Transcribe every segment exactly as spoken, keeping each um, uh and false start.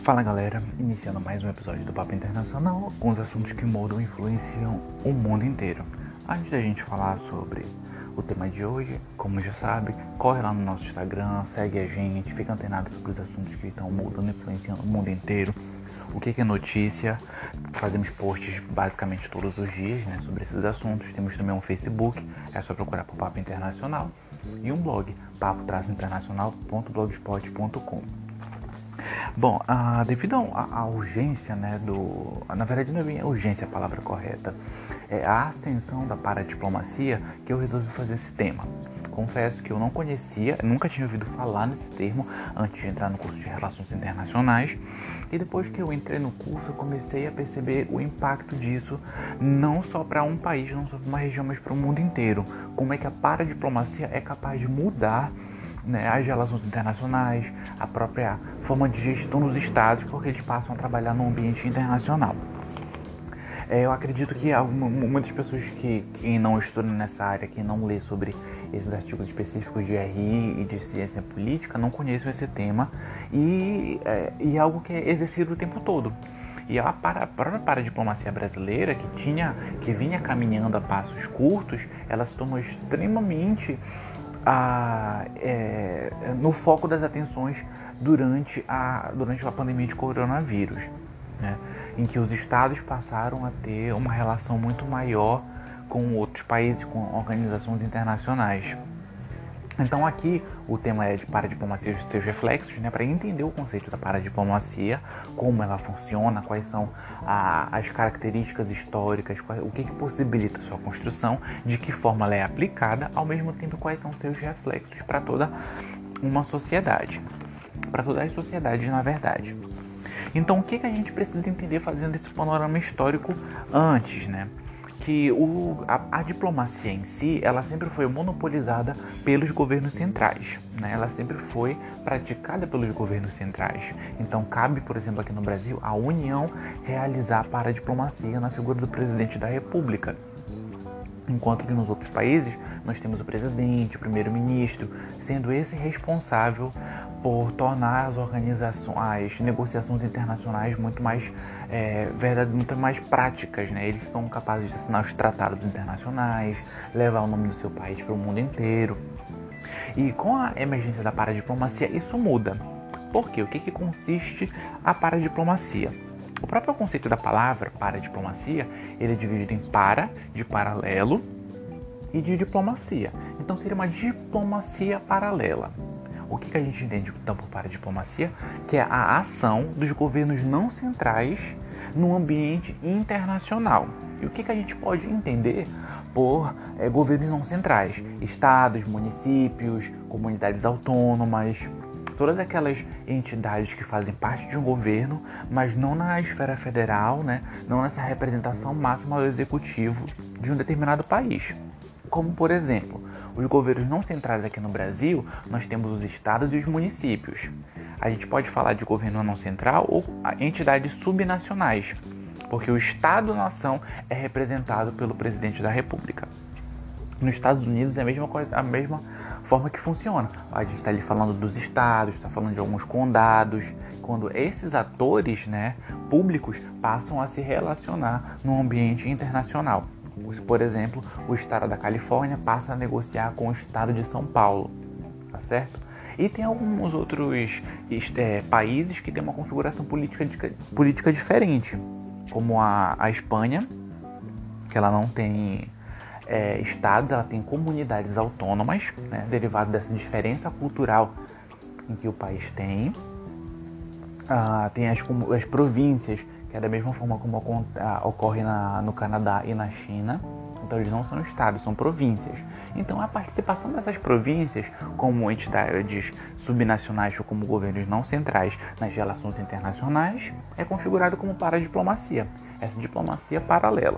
Fala galera, iniciando mais um episódio do Papo Internacional com os assuntos que mudam e influenciam o mundo inteiro. Antes da gente falar sobre o tema de hoje, como já sabe, corre lá no nosso Instagram, segue a gente, fica antenado sobre os assuntos que estão mudando e influenciando o mundo inteiro. O que é notícia? Fazemos posts basicamente todos os dias, né, sobre esses assuntos. Temos também um Facebook, é só procurar por Papo Internacional, e um blog, papo internacional ponto blogspot ponto com. Bom, ah, devido à urgência, né, do... Na verdade não é bem urgência a palavra correta, é a ascensão da paradiplomacia que eu resolvi fazer esse tema. Confesso que eu não conhecia, nunca tinha ouvido falar nesse termo antes de entrar no curso de Relações Internacionais. E depois que eu entrei no curso, eu comecei a perceber o impacto disso, não só para um país, não só para uma região, mas para o mundo inteiro. Como é que a paradiplomacia é capaz de mudar, né, as relações internacionais, a própria forma de gestão dos estados, porque eles passam a trabalhar no ambiente internacional. É, eu acredito que muitas pessoas que, que não estudam nessa área, que não lê sobre esses artigos específicos de R I e de ciência política, não conhecem esse tema e é, e é algo que é exercido o tempo todo. E a, para, a própria paradiplomacia brasileira, que, tinha, que vinha caminhando a passos curtos, ela se tornou extremamente A, é, no foco das atenções durante a, durante a pandemia de coronavírus, né, em que os estados passaram a ter uma relação muito maior com outros países, com organizações internacionais. Então aqui o tema é de paradiplomacia e seus reflexos, né, para entender o conceito da paradiplomacia, como ela funciona, quais são a, as características históricas, qual, o que, que possibilita sua construção, de que forma ela é aplicada, ao mesmo tempo quais são seus reflexos para toda uma sociedade, para todas as sociedades na verdade. Então o que, que a gente precisa entender fazendo esse panorama histórico antes, né? Que o, a, a diplomacia em si, ela sempre foi monopolizada pelos governos centrais, né? Ela sempre foi praticada pelos governos centrais. Então cabe, por exemplo, aqui no Brasil, a União realizar a paradiplomacia na figura do presidente da República. Enquanto que nos outros países nós temos o presidente, o primeiro-ministro, sendo esse responsável por tornar as organizações, as negociações internacionais muito mais, é, verdade, muito mais práticas, né? Eles são capazes de assinar os tratados internacionais, levar o nome do seu país para o mundo inteiro. E com a emergência da paradiplomacia, isso muda. Por quê? O que, que consiste a paradiplomacia? O próprio conceito da palavra paradiplomacia, ele é dividido em para, de paralelo, e de diplomacia. Então seria uma diplomacia paralela. O que, que a gente entende então por paradiplomacia? Que é a ação dos governos não centrais no ambiente internacional. E o que, que a gente pode entender por é, governos não centrais? Estados, municípios, comunidades autônomas, todas aquelas entidades que fazem parte de um governo, mas não na esfera federal, né? Não nessa representação máxima do executivo de um determinado país. Como, por exemplo, os governos não centrais aqui no Brasil, nós temos os estados e os municípios. A gente pode falar de governo não central ou entidades subnacionais, porque o Estado-nação é representado pelo presidente da República. Nos Estados Unidos é a mesma coisa, a mesma forma que funciona. A gente está ali falando dos estados, está falando de alguns condados, quando esses atores, né, públicos passam a se relacionar no ambiente internacional. Por exemplo, o estado da Califórnia passa a negociar com o estado de São Paulo, tá certo? E tem alguns outros é, países que têm uma configuração política, política diferente, como a, a Espanha, que ela não tem é, estados, ela tem comunidades autônomas, né, derivado dessa diferença cultural em que o país tem. Ah, tem as, as províncias, que é da mesma forma como ocorre na, no Canadá e na China. Então eles não são estados, são províncias. Então a participação dessas províncias como entidades subnacionais ou como governos não centrais nas relações internacionais é configurado como paradiplomacia, essa diplomacia paralela.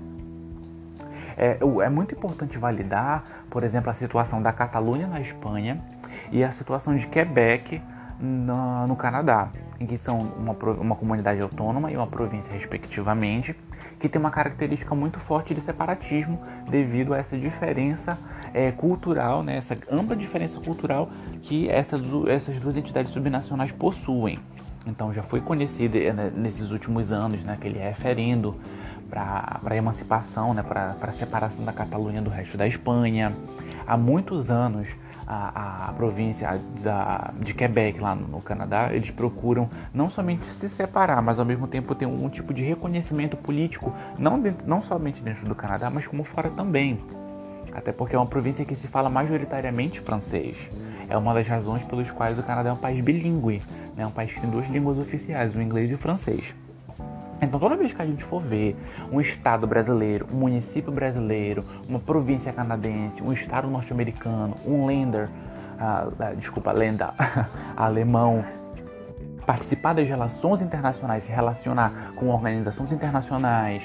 É, é muito importante validar, por exemplo, a situação da Catalunha na Espanha e a situação de Quebec no, no Canadá, em que são uma, uma comunidade autônoma e uma província respectivamente, que tem uma característica muito forte de separatismo devido a essa diferença é, cultural, né, essa ampla diferença cultural que essas, essas duas entidades subnacionais possuem. Então já foi conhecido né, nesses últimos anos, né, aquele referendo para a emancipação, né, para a separação da Catalunha do resto da Espanha. Há muitos anos a, a província da, de Quebec, lá no, no Canadá, eles procuram não somente se separar, mas ao mesmo tempo ter um tipo de reconhecimento político, não, dentro, não somente dentro do Canadá, mas como fora também. Até porque é uma província que se fala majoritariamente francês. É uma das razões pelas quais o Canadá é um país bilíngue, né? Um país que tem duas línguas oficiais, o inglês e o francês. Então, toda vez que a gente for ver um estado brasileiro, um município brasileiro, uma província canadense, um estado norte-americano, um Länder, uh, uh, desculpa, Länder alemão, participar das relações internacionais, se relacionar com organizações internacionais,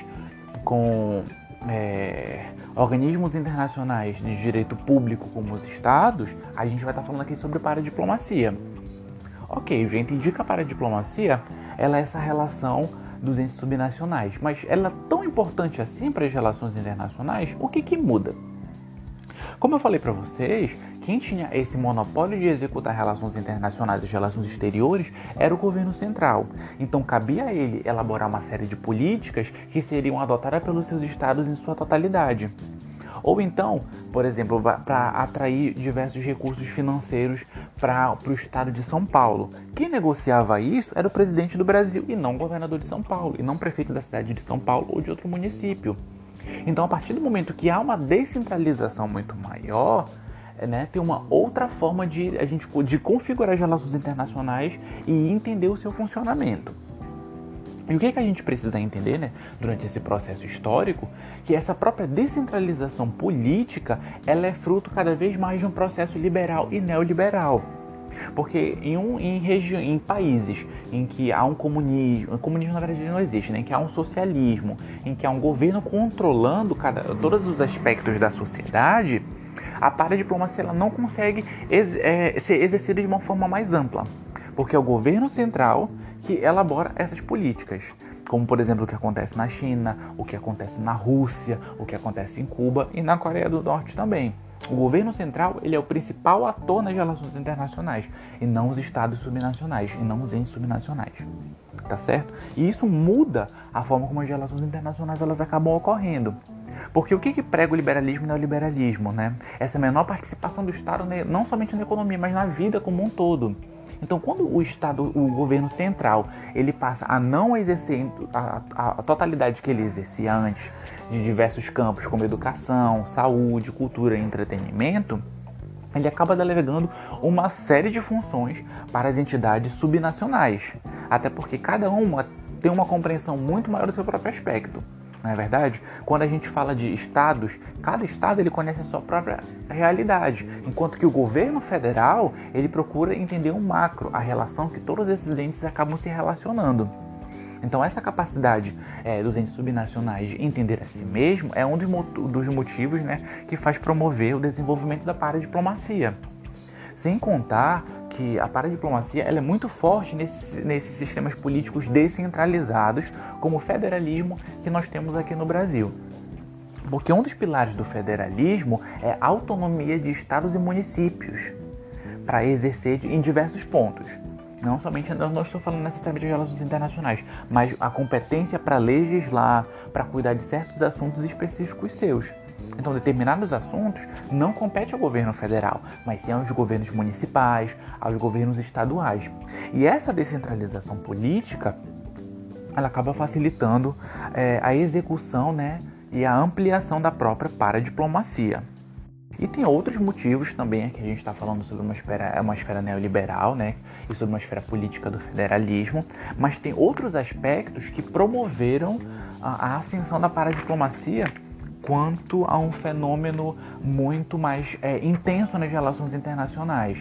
com é, organismos internacionais de direito público como os estados, a gente vai estar falando aqui sobre paradiplomacia. Ok, a gente indica a paradiplomacia, ela é essa relação dos entes subnacionais, mas ela é tão importante assim para as relações internacionais? O que que muda? Como eu falei para vocês, quem tinha esse monopólio de executar relações internacionais e relações exteriores era o governo central. Então cabia a ele elaborar uma série de políticas que seriam adotadas pelos seus estados em sua totalidade. Ou então, por exemplo, para atrair diversos recursos financeiros para o estado de São Paulo. Quem negociava isso era o presidente do Brasil e não o governador de São Paulo, e não o prefeito da cidade de São Paulo ou de outro município. Então, a partir do momento que há uma descentralização muito maior, né, tem uma outra forma de, a gente, de configurar as relações internacionais e entender o seu funcionamento. E o que, é que a gente precisa entender, né, durante esse processo histórico? Que essa própria descentralização política, ela é fruto cada vez mais de um processo liberal e neoliberal. Porque em, um, em, regi- em países em que há um comunismo, o comunismo na verdade não existe, né? Em que há um socialismo, em que há um governo controlando cada, todos os aspectos da sociedade, a paradiplomacia ela não consegue ex- é, ser exercida de uma forma mais ampla. Porque é o governo central que elabora essas políticas, como por exemplo o que acontece na China, o que acontece na Rússia, o que acontece em Cuba e na Coreia do Norte também. O governo central ele é o principal ator nas relações internacionais e não os estados subnacionais e não os entes subnacionais, tá certo? E isso muda a forma como as relações internacionais elas acabam ocorrendo. Porque o que, que prega o liberalismo e o neoliberalismo, né? Essa menor participação do Estado não somente na economia, mas na vida como um todo. Então, quando o Estado, o governo central, ele passa a não exercer a, a, a totalidade que ele exercia antes de diversos campos, como educação, saúde, cultura e entretenimento, ele acaba delegando uma série de funções para as entidades subnacionais. Até porque cada uma tem uma compreensão muito maior do seu próprio aspecto. Não é verdade? Quando a gente fala de estados, cada estado ele conhece a sua própria realidade, enquanto que o governo federal ele procura entender um macro, a relação que todos esses entes acabam se relacionando. Então essa capacidade é, dos entes subnacionais de entender a si mesmo é um dos, dos motivos, né, que faz promover o desenvolvimento da paradiplomacia. Sem contar que a paradiplomacia ela é muito forte nesse, nesses sistemas políticos descentralizados, como o federalismo que nós temos aqui no Brasil. Porque um dos pilares do federalismo é a autonomia de estados e municípios para exercer em diversos pontos. Não somente, eu não estou falando necessariamente de relações internacionais, mas a competência para legislar, para cuidar de certos assuntos específicos seus. Então, determinados assuntos não competem ao governo federal, mas sim aos governos municipais, aos governos estaduais. E essa descentralização política, ela acaba facilitando é, a execução, né, e a ampliação da própria paradiplomacia. E tem outros motivos também, que a gente está falando sobre uma esfera, uma esfera neoliberal, né, e sobre uma esfera política do federalismo, mas tem outros aspectos que promoveram a, a ascensão da paradiplomacia quanto a um fenômeno muito mais é, intenso nas relações internacionais.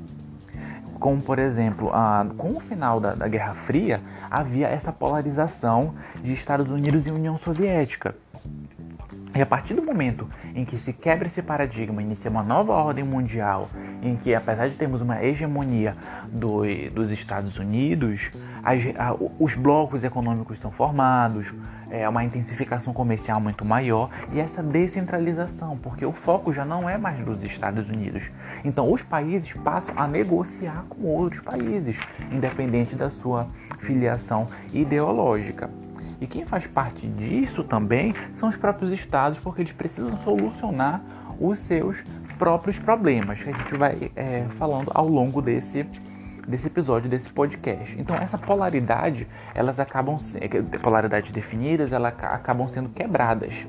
Como, por exemplo, a, com o final da, da Guerra Fria, havia essa polarização de Estados Unidos e União Soviética. E a partir do momento em que se quebra esse paradigma, inicia uma nova ordem mundial, em que, apesar de termos uma hegemonia do, dos Estados Unidos, as, a, os blocos econômicos são formados, é uma intensificação comercial muito maior e essa descentralização, porque o foco já não é mais dos Estados Unidos. Então, os países passam a negociar com outros países, independente da sua filiação ideológica. E quem faz parte disso também são os próprios estados, porque eles precisam solucionar os seus próprios problemas, que a gente vai é, falando ao longo desse, desse episódio, desse podcast. Então, essa polaridade, elas acabam polaridades definidas, elas acabam sendo quebradas.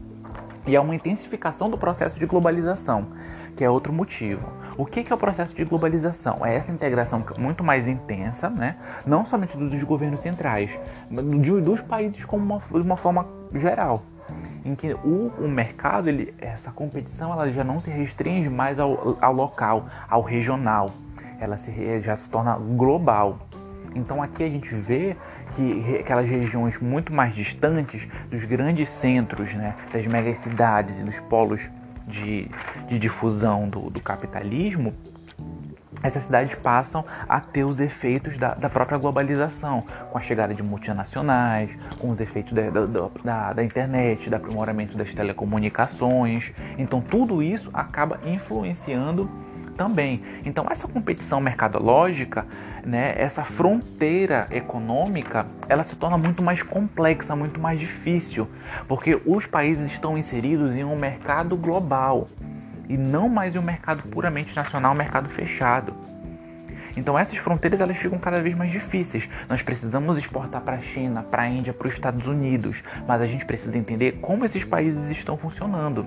E há uma intensificação do processo de globalização, que é outro motivo. O que é o processo de globalização? É essa integração muito mais intensa, né? Não somente dos governos centrais, mas dos países como uma, de uma forma geral, em que o, o mercado, ele, essa competição, ela já não se restringe mais ao, ao local, ao regional, ela se, já se torna global. Então aqui a gente vê que aquelas regiões muito mais distantes dos grandes centros, né, das megacidades e dos polos de, de difusão do, do capitalismo, essas cidades passam a ter os efeitos da, da própria globalização, com a chegada de multinacionais, com os efeitos da, da, da, da internet, do aprimoramento das telecomunicações. Então tudo isso acaba influenciando também. Então essa competição mercadológica, né, essa fronteira econômica, ela se torna muito mais complexa, muito mais difícil, porque os países estão inseridos em um mercado global e não mais em um mercado puramente nacional, um mercado fechado. Então essas fronteiras, elas ficam cada vez mais difíceis. Nós precisamos exportar para a China, para a Índia, para os Estados Unidos, mas a gente precisa entender como esses países estão funcionando.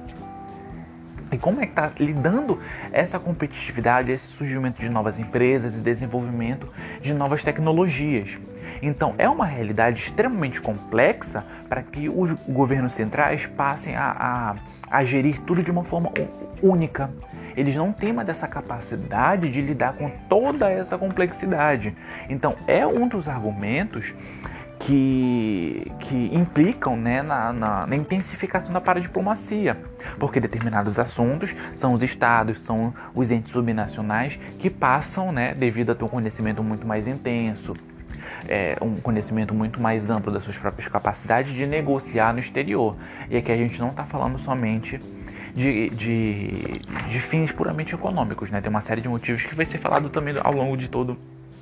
E como é que está lidando essa competitividade, esse surgimento de novas empresas e desenvolvimento de novas tecnologias. Então, é uma realidade extremamente complexa para que os governos centrais passem a, a, a gerir tudo de uma forma única. Eles não têm mais essa capacidade de lidar com toda essa complexidade. Então, é um dos argumentos Que, que implicam, né, na, na, na intensificação da paradiplomacia, porque determinados assuntos são os estados, são os entes subnacionais que passam, né, devido a ter um conhecimento muito mais intenso, é, um conhecimento muito mais amplo das suas próprias capacidades de negociar no exterior. E aqui a gente não está falando somente de, de, de fins puramente econômicos, né? Tem uma série de motivos que vai ser falado também ao longo de todo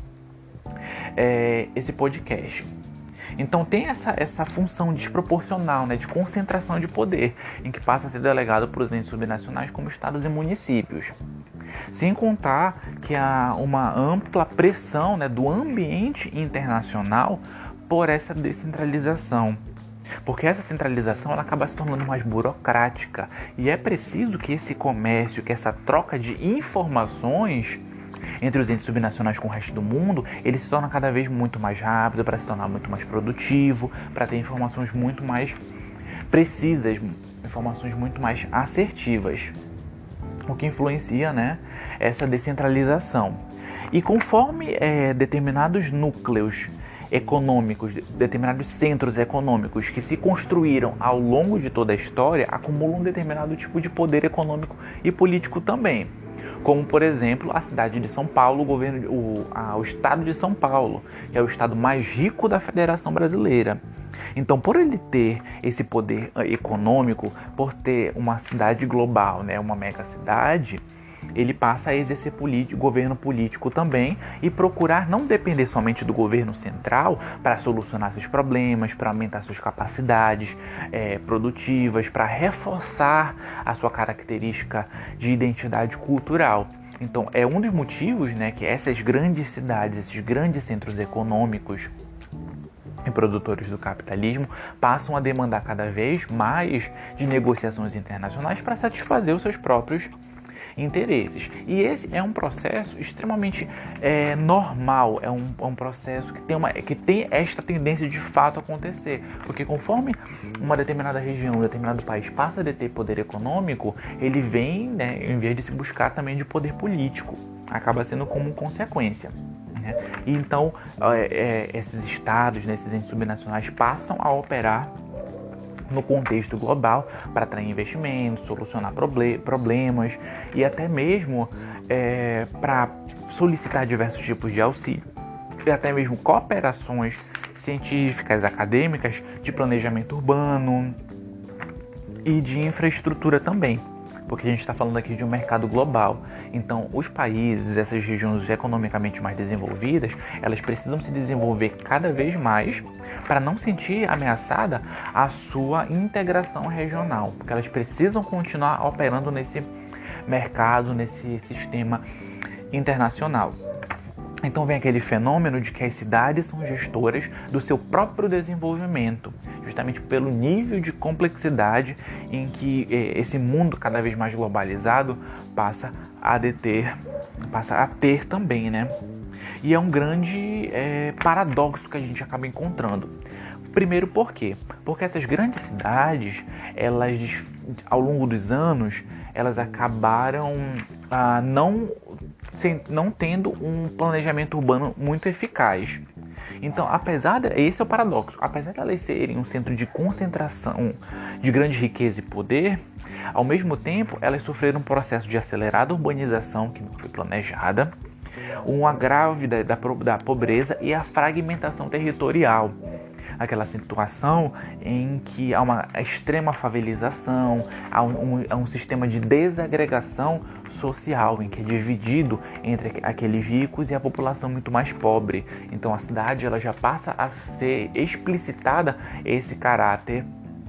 é, esse podcast. Então tem essa, essa função desproporcional, né, de concentração de poder, em que passa a ser delegado para os entes subnacionais como estados e municípios. Sem contar que há uma ampla pressão, né, do ambiente internacional por essa descentralização. Porque essa centralização, ela acaba se tornando mais burocrática. E é preciso que esse comércio, que essa troca de informações entre os entes subnacionais com o resto do mundo, ele se torna cada vez muito mais rápido, para se tornar muito mais produtivo, para ter informações muito mais precisas, informações muito mais assertivas, o que influencia, né, essa descentralização. E conforme é, determinados núcleos econômicos, determinados centros econômicos que se construíram ao longo de toda a história, acumulam um determinado tipo de poder econômico e político também. Como, por exemplo, a cidade de São Paulo, o, governo, o, a, o estado de São Paulo, que é o estado mais rico da Federação Brasileira. Então, por ele ter esse poder econômico, por ter uma cidade global, né, uma mega cidade, ele passa a exercer político, governo político também e procurar não depender somente do governo central para solucionar seus problemas, para aumentar suas capacidades é, produtivas, para reforçar a sua característica de identidade cultural. Então, é um dos motivos, né, que essas grandes cidades, esses grandes centros econômicos e produtores do capitalismo passam a demandar cada vez mais de negociações internacionais para satisfazer os seus próprios interesses. E esse é um processo extremamente é, normal, é um, é um processo que tem, uma, que tem esta tendência de fato a acontecer, porque conforme uma determinada região, um determinado país passa a deter poder econômico, ele vem, né, em vez de se buscar também de poder político, acaba sendo como consequência. Né? E então é, é, esses estados, né, esses entes subnacionais passam a operar no contexto global para atrair investimentos, solucionar problemas e até mesmo é, para solicitar diversos tipos de auxílio e até mesmo cooperações científicas, acadêmicas, de planejamento urbano e de infraestrutura também, porque a gente está falando aqui de um mercado global. Então, os países, essas regiões economicamente mais desenvolvidas, elas precisam se desenvolver cada vez mais para não sentir ameaçada a sua integração regional, porque elas precisam continuar operando nesse mercado, nesse sistema internacional. Então vem aquele fenômeno de que as cidades são gestoras do seu próprio desenvolvimento, justamente pelo nível de complexidade em que esse mundo cada vez mais globalizado passa a deter, passa a ter também, né? E é um grande é, paradoxo que a gente acaba encontrando. Primeiro, por quê? Porque essas grandes cidades, elas, ao longo dos anos, elas acabaram ah, não, sem, não tendo um planejamento urbano muito eficaz. Então, apesar de, esse é o paradoxo, apesar de elas serem um centro de concentração de grande riqueza e poder, ao mesmo tempo, elas sofreram um processo de acelerada urbanização que não foi planejada, um agravo da, da, da pobreza e a fragmentação territorial. Aquela situação em que há uma extrema favelização, há um, um, há um sistema de desagregação social, em que é dividido entre aqueles ricos e a população muito mais pobre. Então a cidade ela já passa a ser explicitada esse caráter,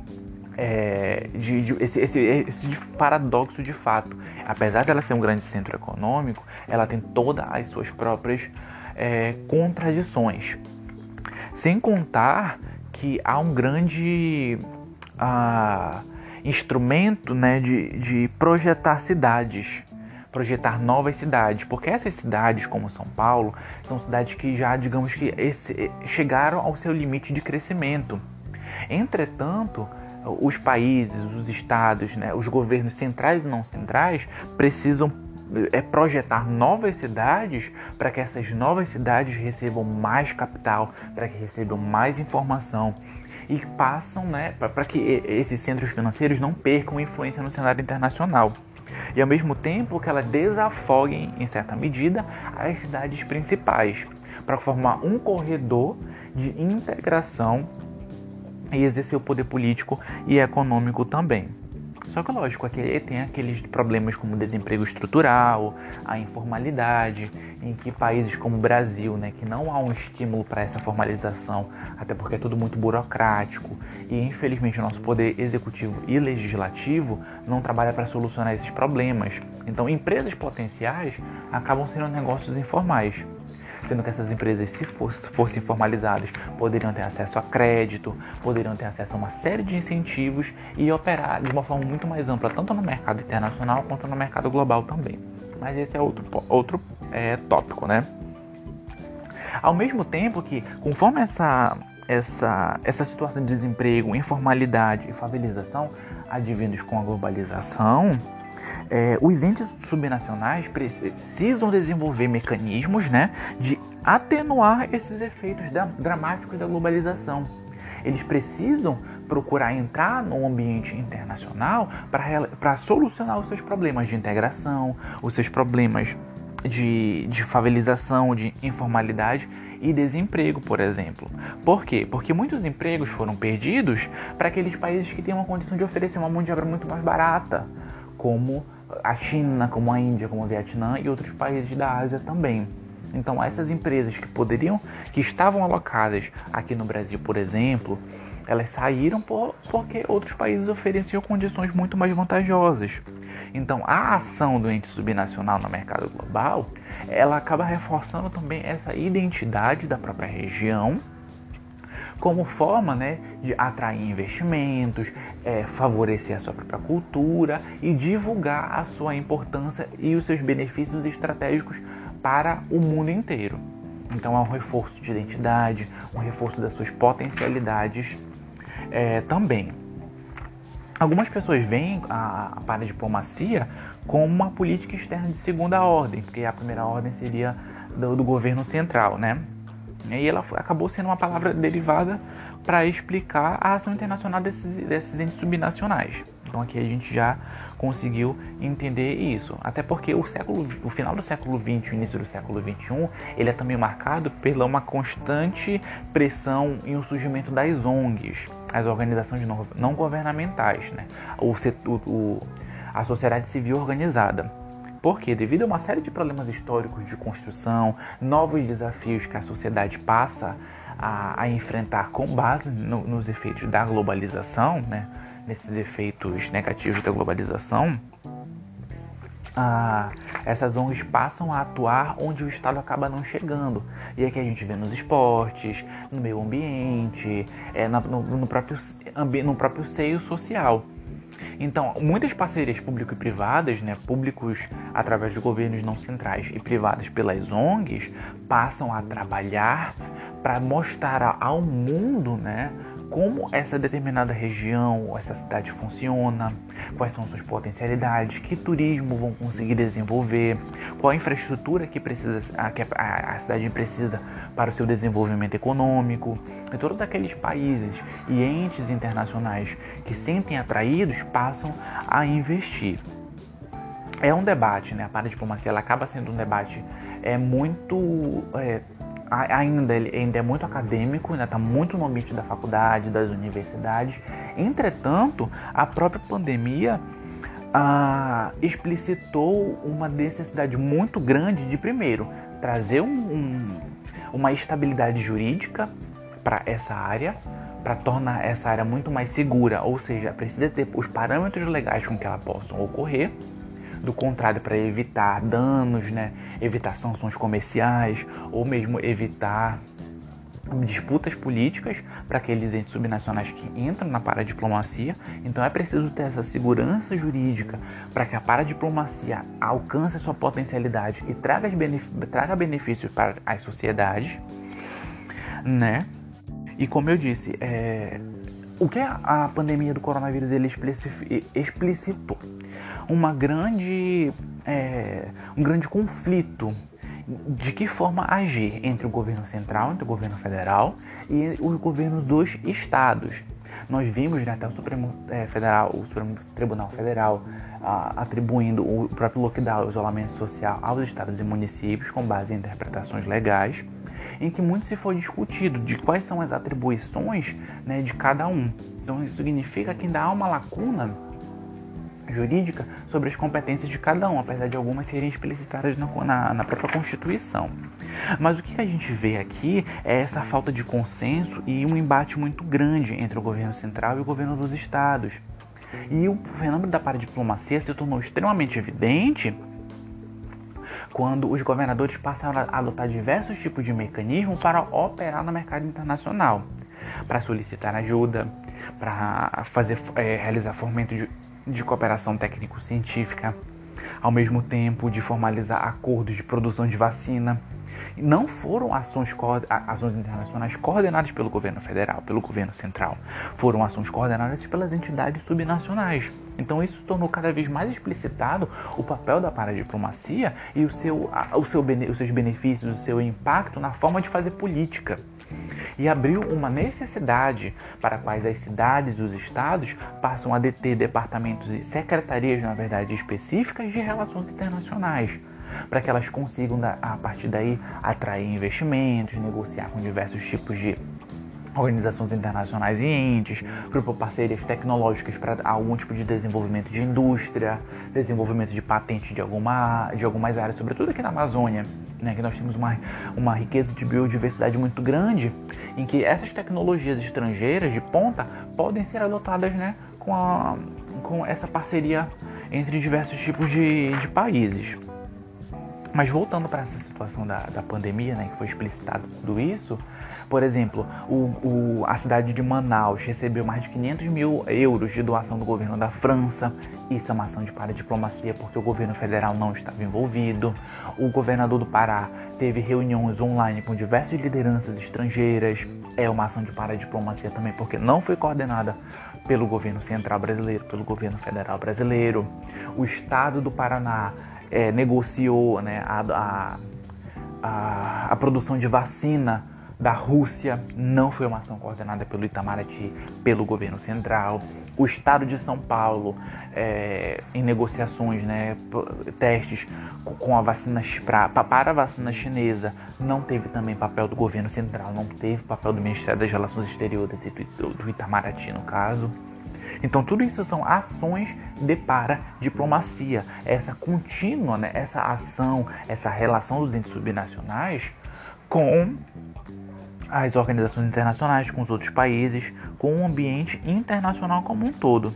é, de, de, esse, esse, esse paradoxo de fato. Apesar dela ser um grande centro econômico, ela tem todas as suas próprias é, contradições. Sem contar que há um grande uh, instrumento, né, de, de projetar cidades, projetar novas cidades, porque essas cidades, como São Paulo, são cidades que já, digamos que, esse, chegaram ao seu limite de crescimento. Entretanto, os países, os estados, né, os governos centrais e não centrais precisam é projetar novas cidades para que essas novas cidades recebam mais capital, para que recebam mais informação e passam, né, para que esses centros financeiros não percam influência no cenário internacional. E ao mesmo tempo que elas desafoguem, em certa medida, as cidades principais, para formar um corredor de integração e exercer o poder político e econômico também. Só que, lógico, aqui tem aqueles problemas como o desemprego estrutural, a informalidade, em que países como o Brasil, né, que não há um estímulo para essa formalização, até porque é tudo muito burocrático, e infelizmente o nosso poder executivo e legislativo não trabalha para solucionar esses problemas. Então, empresas potenciais acabam sendo negócios informais, sendo que essas empresas, se fossem formalizadas, poderiam ter acesso a crédito, poderiam ter acesso a uma série de incentivos e operar de uma forma muito mais ampla, tanto no mercado internacional quanto no mercado global também. Mas esse é outro, outro é, tópico, né? Ao mesmo tempo que, conforme essa, essa, essa situação de desemprego, informalidade e favelização advindos com a globalização, É, os entes subnacionais precisam desenvolver mecanismos, né, de atenuar esses efeitos da, dramáticos da globalização. Eles precisam procurar entrar no ambiente internacional para solucionar os seus problemas de integração, os seus problemas de, de favelização, de informalidade e desemprego, por exemplo. Por quê? Porque muitos empregos foram perdidos para aqueles países que têm uma condição de oferecer uma mão de obra muito mais barata, como a China, como a Índia, como o Vietnã e outros países da Ásia também. Então, essas empresas que poderiam, que estavam alocadas aqui no Brasil, por exemplo, elas saíram por, porque outros países ofereciam condições muito mais vantajosas. Então, a ação do ente subnacional no mercado global, ela acaba reforçando também essa identidade da própria região, como forma, né, de atrair investimentos, é, favorecer a sua própria cultura e divulgar a sua importância e os seus benefícios estratégicos para o mundo inteiro. Então é um reforço de identidade, um reforço das suas potencialidades é, também. Algumas pessoas veem a, a paradiplomacia como uma política externa de segunda ordem, porque a primeira ordem seria do, do governo central, né? E ela acabou sendo uma palavra derivada para explicar a ação internacional desses, desses entes subnacionais. Então aqui a gente já conseguiu entender isso. Até porque o, século, o final do século vinte e o início do século vinte e um, ele é também marcado pela uma constante pressão e o surgimento das O N Gs, as organizações não, não governamentais, né? o, o, o, a sociedade civil organizada. Porque, devido a uma série de problemas históricos de construção, novos desafios que a sociedade passa a, a enfrentar com base no, nos efeitos da globalização, né? Nesses efeitos negativos da globalização, ah, essas O N Gs passam a atuar onde o Estado acaba não chegando. E aqui a gente vê nos esportes, no meio ambiente, é, no, no, próprio, no próprio seio social. Então, muitas parcerias público e privadas, né, públicos através de governos não centrais e privadas pelas O N Gs, passam a trabalhar para mostrar ao mundo, né, como essa determinada região ou essa cidade funciona, quais são suas potencialidades, que turismo vão conseguir desenvolver, qual a infraestrutura que, precisa, que a, a cidade precisa para o seu desenvolvimento econômico. E todos aqueles países e entes internacionais que sentem atraídos passam a investir. É um debate, né? A paradiplomacia ela acaba sendo um debate é muito... É, Ainda, ele ainda é muito acadêmico, ainda está muito no ambiente da faculdade, das universidades. Entretanto, a própria pandemia ah, explicitou uma necessidade muito grande de, primeiro, trazer um, um, uma estabilidade jurídica para essa área, para tornar essa área muito mais segura, ou seja, precisa ter os parâmetros legais com que ela possam ocorrer. Do contrário, para evitar danos, né? Evitar sanções comerciais ou mesmo evitar disputas políticas para aqueles entes subnacionais que entram na paradiplomacia. Então é preciso ter essa segurança jurídica para que a paradiplomacia alcance a sua potencialidade e traga, benefícios, traga benefícios para as sociedades, né? E como eu disse, é... o que a pandemia do coronavírus ele explicitou? Uma grande, é, um grande conflito de que forma agir entre o governo central, entre o governo federal e os governos dos estados. Nós vimos, né, até o Supremo é, Federal, o Supremo Tribunal Federal a, atribuindo o próprio lockdown, o isolamento social aos estados e municípios com base em interpretações legais, em que muito se foi discutido de quais são as atribuições, né, de cada um. Então isso significa que ainda há uma lacuna jurídica sobre as competências de cada um, apesar de algumas serem explicitadas na, na, na própria Constituição. Mas o que a gente vê aqui é essa falta de consenso e um embate muito grande entre o governo central e o governo dos estados. E o fenômeno da paradiplomacia se tornou extremamente evidente quando os governadores passaram a adotar diversos tipos de mecanismos para operar no mercado internacional, para solicitar ajuda, para fazer, é, realizar fomento de de cooperação técnico-científica, ao mesmo tempo de formalizar acordos de produção de vacina. Não foram ações, ações internacionais coordenadas pelo governo federal, pelo governo central. Foram ações coordenadas pelas entidades subnacionais. Então isso tornou cada vez mais explicitado o papel da paradiplomacia e o seu, o seu, os seus benefícios, o seu impacto na forma de fazer política. E abriu uma necessidade para quais as cidades e os estados passam a deter departamentos e secretarias, na verdade, específicas de relações internacionais, para que elas consigam, a partir daí, atrair investimentos, negociar com diversos tipos de organizações internacionais e entes, propor parcerias tecnológicas para algum tipo de desenvolvimento de indústria, desenvolvimento de patente de, alguma, de algumas áreas, sobretudo aqui na Amazônia, né, que nós temos uma, uma riqueza de biodiversidade muito grande, em que essas tecnologias estrangeiras de ponta podem ser adotadas, né, com, a, com essa parceria entre diversos tipos de, de países. Mas voltando para essa situação da, da pandemia, né, que foi explicitado tudo isso, por exemplo, o, o, a cidade de Manaus recebeu mais de quinhentos mil euros de doação do governo da França. Isso é uma ação de paradiplomacia porque o governo federal não estava envolvido. O governador do Pará teve reuniões online com diversas lideranças estrangeiras. É uma ação de paradiplomacia também porque não foi coordenada pelo governo central brasileiro, pelo governo federal brasileiro. O estado do Paraná é, negociou, né, a, a, a, a produção de vacina da Rússia, não foi uma ação coordenada pelo Itamaraty, pelo governo central. O estado de São Paulo, é, em negociações, né, testes com a vacina pra, para a vacina chinesa, não teve também papel do governo central, não teve papel do Ministério das Relações Exteriores e do, do Itamaraty, no caso. Então, tudo isso são ações de paradiplomacia. Essa contínua, né, essa ação, essa relação dos entes subnacionais com as organizações internacionais, com os outros países, com o ambiente internacional como um todo.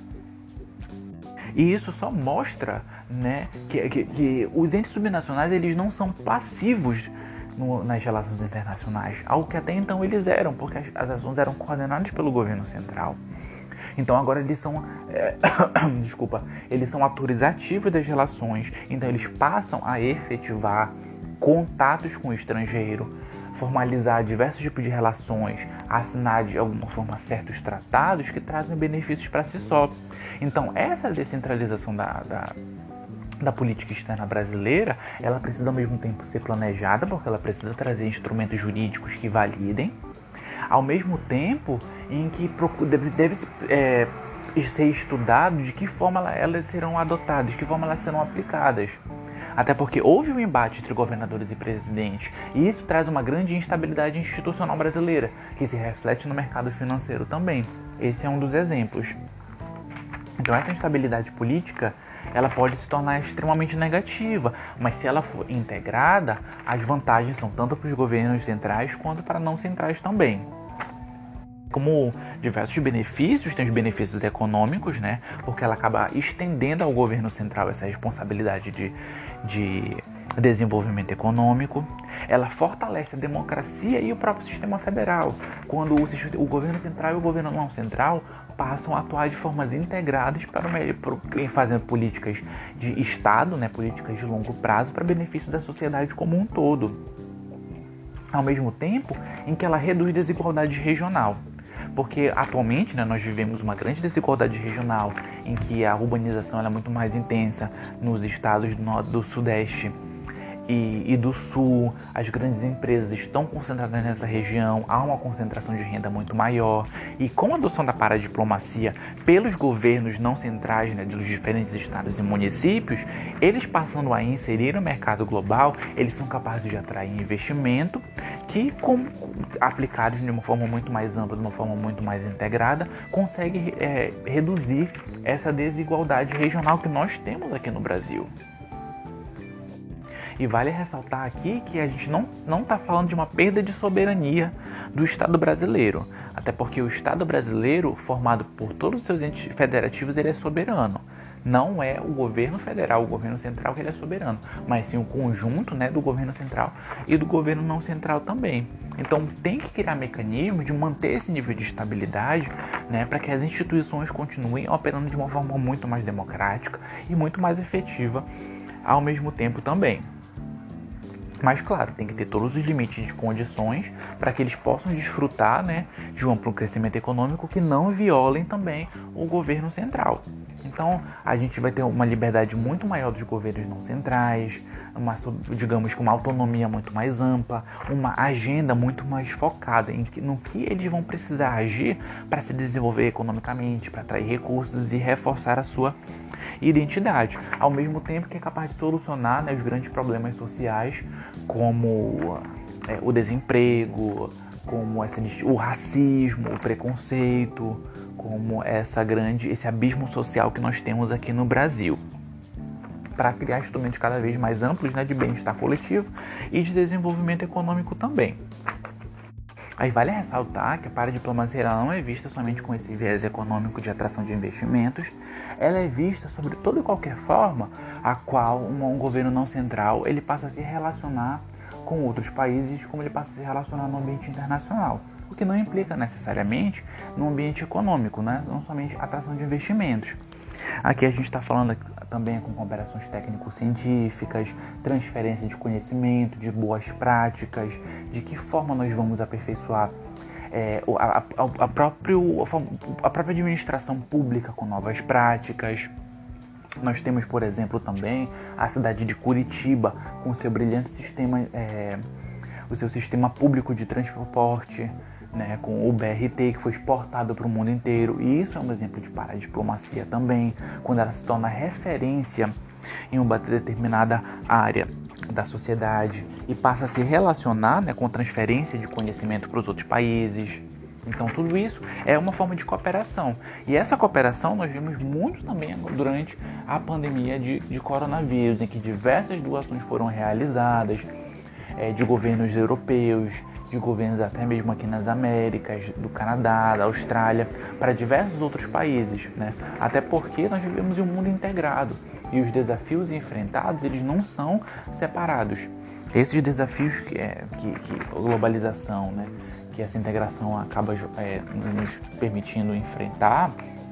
E isso só mostra, né, que, que, que os entes subnacionais eles não são passivos no, nas relações internacionais, algo que até então eles eram, porque as, as ações eram coordenadas pelo governo central. Então agora eles são, é, desculpa, eles são atores ativos das relações, então eles passam a efetivar contatos com o estrangeiro, formalizar diversos tipos de relações, assinar de alguma forma certos tratados que trazem benefícios para si só. Então essa descentralização da, da, da política externa brasileira, ela precisa ao mesmo tempo ser planejada, porque ela precisa trazer instrumentos jurídicos que validem, ao mesmo tempo em que deve, deve é, ser estudado de que forma elas serão adotadas, de que forma elas serão aplicadas. Até porque houve um embate entre governadores e presidentes, e isso traz uma grande instabilidade institucional brasileira, que se reflete no mercado financeiro também. Esse é um dos exemplos. Então essa instabilidade política, ela pode se tornar extremamente negativa, mas se ela for integrada, as vantagens são tanto para os governos centrais quanto para não centrais também. Como diversos benefícios, tem os benefícios econômicos, né? Porque ela acaba estendendo ao governo central essa responsabilidade de, de desenvolvimento econômico. Ela fortalece a democracia e o próprio sistema federal, quando o, o governo central e o governo não central passam a atuar de formas integradas para o, fazendo políticas de Estado, né? Políticas de longo prazo para benefício da sociedade como um todo. Ao mesmo tempo em que ela reduz desigualdade regional. Porque atualmente, né, nós vivemos uma grande desigualdade regional em que a urbanização ela é muito mais intensa nos estados do, norte, do sudeste e, e do sul. As grandes empresas estão concentradas nessa região, há uma concentração de renda muito maior. E com a adoção da paradiplomacia pelos governos não centrais, né, dos diferentes estados e municípios, eles passando a inserir no mercado global, eles são capazes de atrair investimento que, com, aplicados de uma forma muito mais ampla, de uma forma muito mais integrada, consegue é, reduzir essa desigualdade regional que nós temos aqui no Brasil. E vale ressaltar aqui que a gente não não está falando de uma perda de soberania do Estado brasileiro, até porque o Estado brasileiro, formado por todos os seus entes federativos, ele é soberano. Não é o governo federal, o governo central que ele é soberano, mas sim o conjunto, né, do governo central e do governo não central também. Então tem que criar mecanismos de manter esse nível de estabilidade, né, para que as instituições continuem operando de uma forma muito mais democrática e muito mais efetiva ao mesmo tempo também. Mas claro, tem que ter todos os limites de condições para que eles possam desfrutar, né, de um amplo crescimento econômico que não violem também o governo central. Então a gente vai ter uma liberdade muito maior dos governos não centrais, uma, digamos, com uma autonomia muito mais ampla, uma agenda muito mais focada em que, no que eles vão precisar agir para se desenvolver economicamente, para atrair recursos e reforçar a sua identidade, ao mesmo tempo que é capaz de solucionar, né, os grandes problemas sociais como é, o desemprego, como essa, o racismo, o preconceito, como essa grande, esse abismo social que nós temos aqui no Brasil, para criar instrumentos cada vez mais amplos, né, de bem-estar coletivo e de desenvolvimento econômico também. Aí vale ressaltar que a paradiplomacia não é vista somente com esse viés econômico de atração de investimentos, ela é vista sobre toda e qualquer forma a qual um, um governo não central ele passa a se relacionar com outros países, como ele passa a se relacionar no ambiente internacional, o que não implica necessariamente no ambiente econômico, né? Não somente atração de investimentos. Aqui a gente está falando também com cooperações técnico-científicas, transferência de conhecimento, de boas práticas, de que forma nós vamos aperfeiçoar é, a, a, a, próprio, a própria administração pública com novas práticas. Nós temos, por exemplo, também a cidade de Curitiba, com seu brilhante sistema, é, o seu sistema público de transporte, né, com o B R T, que foi exportado para o mundo inteiro. E isso é um exemplo de paradiplomacia também, quando ela se torna referência em uma determinada área da sociedade e passa a se relacionar, né, com transferência de conhecimento para os outros países. Então tudo isso é uma forma de cooperação. E essa cooperação nós vimos muito também durante a pandemia de, de coronavírus, em que diversas doações foram realizadas é, de governos europeus, de governos até mesmo aqui nas Américas, do Canadá, da Austrália, para diversos outros países, né? Até porque nós vivemos em um mundo integrado e os desafios enfrentados, eles não são separados. Esses desafios que, é, que, que a globalização, né, que essa integração acaba é, nos permitindo enfrentar,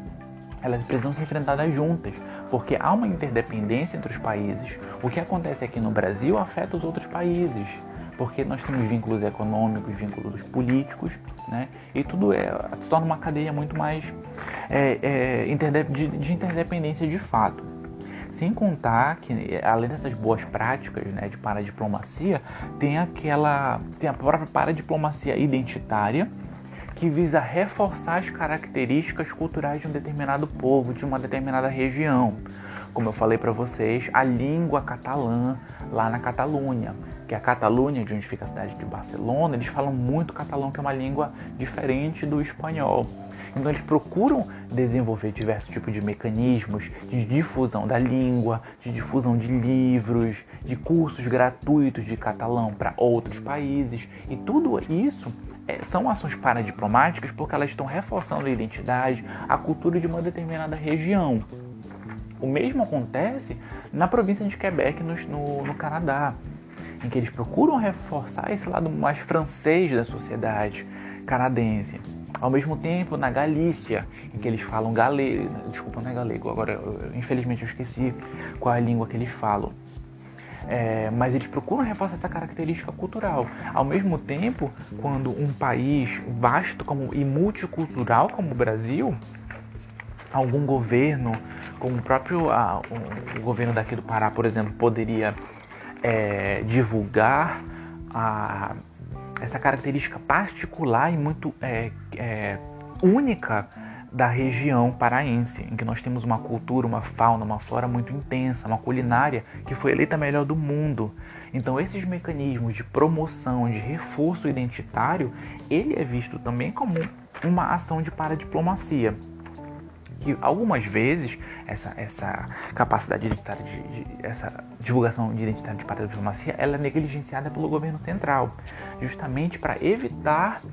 elas precisam ser enfrentadas juntas, porque há uma interdependência entre os países. O que acontece aqui no Brasil afeta os outros países, porque nós temos vínculos econômicos, vínculos políticos, né? E tudo é, se torna uma cadeia muito mais é, é, interde- de, de interdependência de fato. Sem contar que, além dessas boas práticas, né, de paradiplomacia, tem aquela, tem a própria paradiplomacia identitária, que visa reforçar as características culturais de um determinado povo, de uma determinada região. Como eu falei para vocês, a língua catalã lá na Catalunha, que é a Catalunha, de onde fica a cidade de Barcelona, eles falam muito catalão, que é uma língua diferente do espanhol. Então eles procuram desenvolver diversos tipos de mecanismos de difusão da língua, de difusão de livros, de cursos gratuitos de catalão para outros países. E tudo isso é, são ações paradiplomáticas porque elas estão reforçando a identidade, a cultura de uma determinada região. O mesmo acontece na província de Quebec, no, no, no Canadá, em que eles procuram reforçar esse lado mais francês da sociedade canadense. Ao mesmo tempo, na Galícia, em que eles falam galego, desculpa, não é galego, agora eu, infelizmente eu esqueci qual é a língua que eles falam. É, mas eles procuram reforçar essa característica cultural. Ao mesmo tempo, quando um país vasto como, e multicultural como o Brasil, algum governo, como o próprio a, o, o governo daqui do Pará, por exemplo, poderia é, divulgar a essa característica particular e muito é, é, única da região paraense, em que nós temos uma cultura, uma fauna, uma flora muito intensa, uma culinária que foi eleita a melhor do mundo. Então esses mecanismos de promoção, de reforço identitário, ele é visto também como uma ação de paradiplomacia. Que algumas vezes essa, essa capacidade identitária, de, de, essa divulgação de identidade de paradiplomacia, ela é negligenciada pelo governo central, justamente para evitar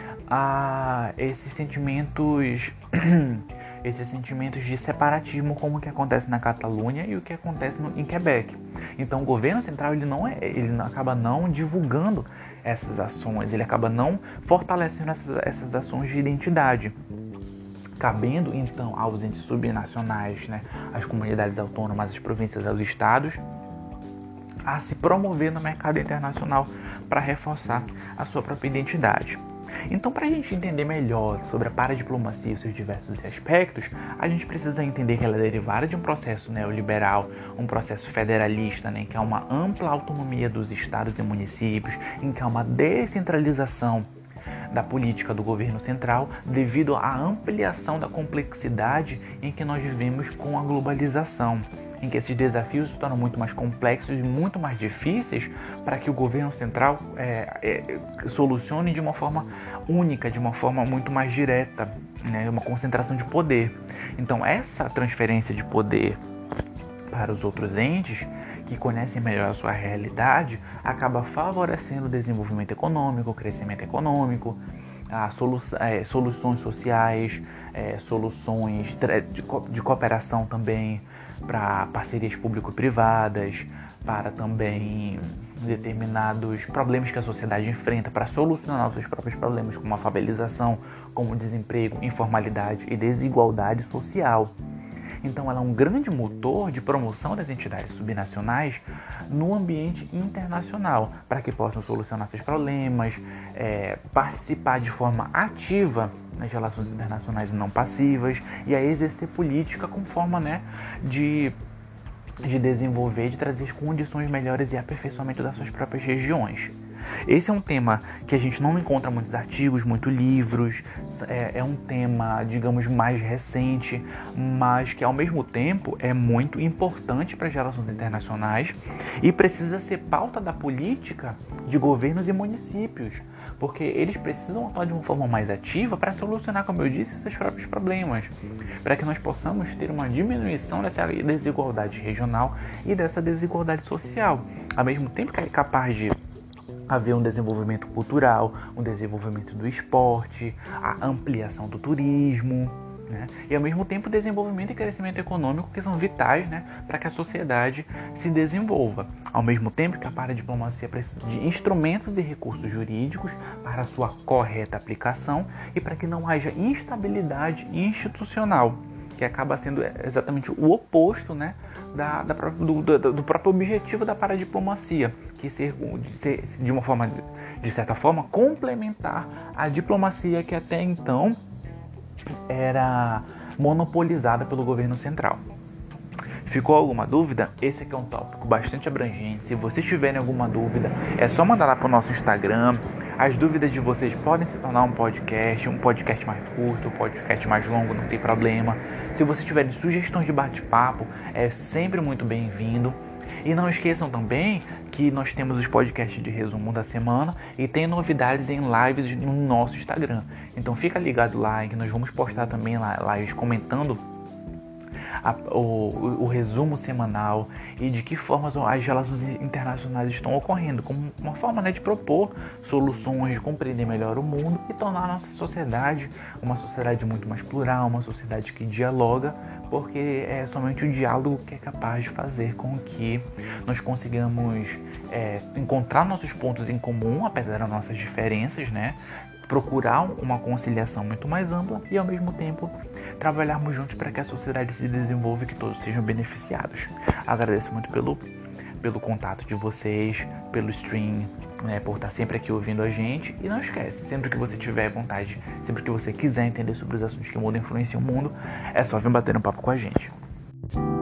ah, esses sentimentos, esses sentimentos de separatismo, como o que acontece na Catalunha e o que acontece no, em Quebec. Então o governo central ele não é, ele não, acaba não divulgando essas ações, ele acaba não fortalecendo essas, essas ações de identidade. Cabendo, então, aos entes subnacionais, né, às comunidades autônomas, às províncias, aos estados, a se promover no mercado internacional para reforçar a sua própria identidade. Então, para a gente entender melhor sobre a paradiplomacia e os seus diversos aspectos, a gente precisa entender que ela é derivada de um processo neoliberal, um processo federalista, né, que há uma ampla autonomia dos estados e municípios, em que há uma descentralização da política do governo central devido à ampliação da complexidade em que nós vivemos com a globalização, em que esses desafios se tornam muito mais complexos e muito mais difíceis para que o governo central é, é, solucione de uma forma única, de uma forma muito mais direta, né, uma concentração de poder. Então essa transferência de poder para os outros entes que conhecem melhor a sua realidade, acaba favorecendo o desenvolvimento econômico, o crescimento econômico, a solu é, soluções sociais, é, soluções de, co de cooperação também para parcerias público-privadas, para também determinados problemas que a sociedade enfrenta, para solucionar os seus próprios problemas, como a favelização, como o desemprego, informalidade e desigualdade social. Então ela é um grande motor de promoção das entidades subnacionais no ambiente internacional, para que possam solucionar seus problemas, é, participar de forma ativa nas relações internacionais e não passivas, e a exercer política com forma, né, de, de desenvolver, de trazer condições melhores e aperfeiçoamento das suas próprias regiões. Esse é um tema que a gente não encontra muitos artigos, muitos livros, é, é um tema, digamos, mais recente, mas que ao mesmo tempo é muito importante para as relações internacionais e precisa ser pauta da política de governos e municípios, porque eles precisam atuar de uma forma mais ativa para solucionar, como eu disse, seus próprios problemas, para que nós possamos ter uma diminuição dessa desigualdade regional e dessa desigualdade social, ao mesmo tempo que é capaz de haver um desenvolvimento cultural, um desenvolvimento do esporte, a ampliação do turismo, né? E ao mesmo tempo desenvolvimento e crescimento econômico, que são vitais, né, para que a sociedade se desenvolva. Ao mesmo tempo que a paradiplomacia precisa de instrumentos e recursos jurídicos para a sua correta aplicação e para que não haja instabilidade institucional, que acaba sendo exatamente o oposto, né, da, da, do, do, do próprio objetivo da paradiplomacia, que ser, de, ser, de uma forma, de certa forma, complementar a diplomacia que até então era monopolizada pelo governo central. Ficou alguma dúvida? Esse aqui é um tópico bastante abrangente. Se vocês tiverem alguma dúvida, é só mandar lá para o nosso Instagram. As dúvidas de vocês podem se tornar um podcast, um podcast mais curto, um podcast mais longo, não tem problema. Se vocês tiverem sugestões de bate-papo, é sempre muito bem-vindo. E não esqueçam também que nós temos os podcasts de resumo da semana e tem novidades em lives no nosso Instagram. Então fica ligado lá, que nós vamos postar também lives comentando A, o, o resumo semanal e de que formas as relações internacionais estão ocorrendo, como uma forma, né, de propor soluções, de compreender melhor o mundo e tornar a nossa sociedade uma sociedade muito mais plural, uma sociedade que dialoga, porque é somente o diálogo que é capaz de fazer com que nós consigamos é, encontrar nossos pontos em comum, apesar das nossas diferenças, né? Procurar uma conciliação muito mais ampla e, ao mesmo tempo, trabalharmos juntos para que a sociedade se desenvolva e que todos sejam beneficiados. Agradeço muito pelo, pelo contato de vocês, pelo stream, né, por estar sempre aqui ouvindo a gente. E não esquece, sempre que você tiver vontade, sempre que você quiser entender sobre os assuntos que mudam e influenciam o mundo, é só vir bater um papo com a gente.